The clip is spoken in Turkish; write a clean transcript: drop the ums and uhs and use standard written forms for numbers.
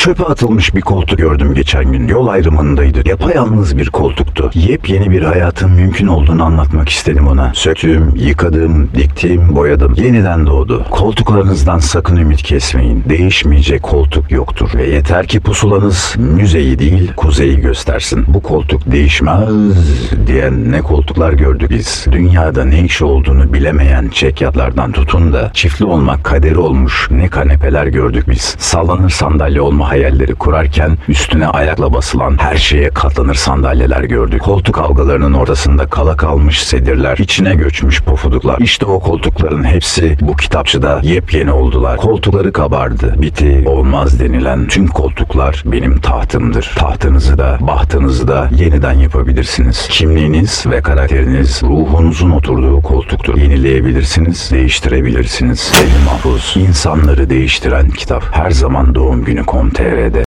Çöpe atılmış bir koltuk gördüm geçen gün. Yol ayrımındaydı. Yapayalnız bir koltuktu. Yepyeni bir hayatın mümkün olduğunu anlatmak istedim ona. Söktüm, yıkadım, diktim, boyadım. Yeniden doğdu. Koltuklarınızdan sakın ümit kesmeyin. Değişmeyecek koltuk yoktur. Ve yeter ki pusulanız müzeyi değil kuzeyi göstersin. Bu koltuk değişmez diyen ne koltuklar gördük biz. Dünyada ne iş olduğunu bilemeyen çekyatlardan tutun da çiftli olmak kaderi olmuş ne kanepeler gördük biz. Sallanır sandalye olma hayalleri kurarken üstüne ayakla basılan her şeye katlanır sandalyeler gördük. Koltuk kavgalarının ortasında kala kalmış sedirler, içine göçmüş pofuduklar. İşte o koltukların hepsi bu kitapçıda yepyeni oldular. Koltukları kabardı. Biti olmaz denilen tüm koltuklar benim tahtımdır. Tahtınızı da bahtınızı da yeniden yapabilirsiniz. Kimliğiniz ve karakteriniz ruhunuzun oturduğu koltuktur. Yenileyebilirsiniz, değiştirebilirsiniz. Levh-i Mahfuz, insanları değiştiren kitap. Her zaman doğum günü.com.tr'de.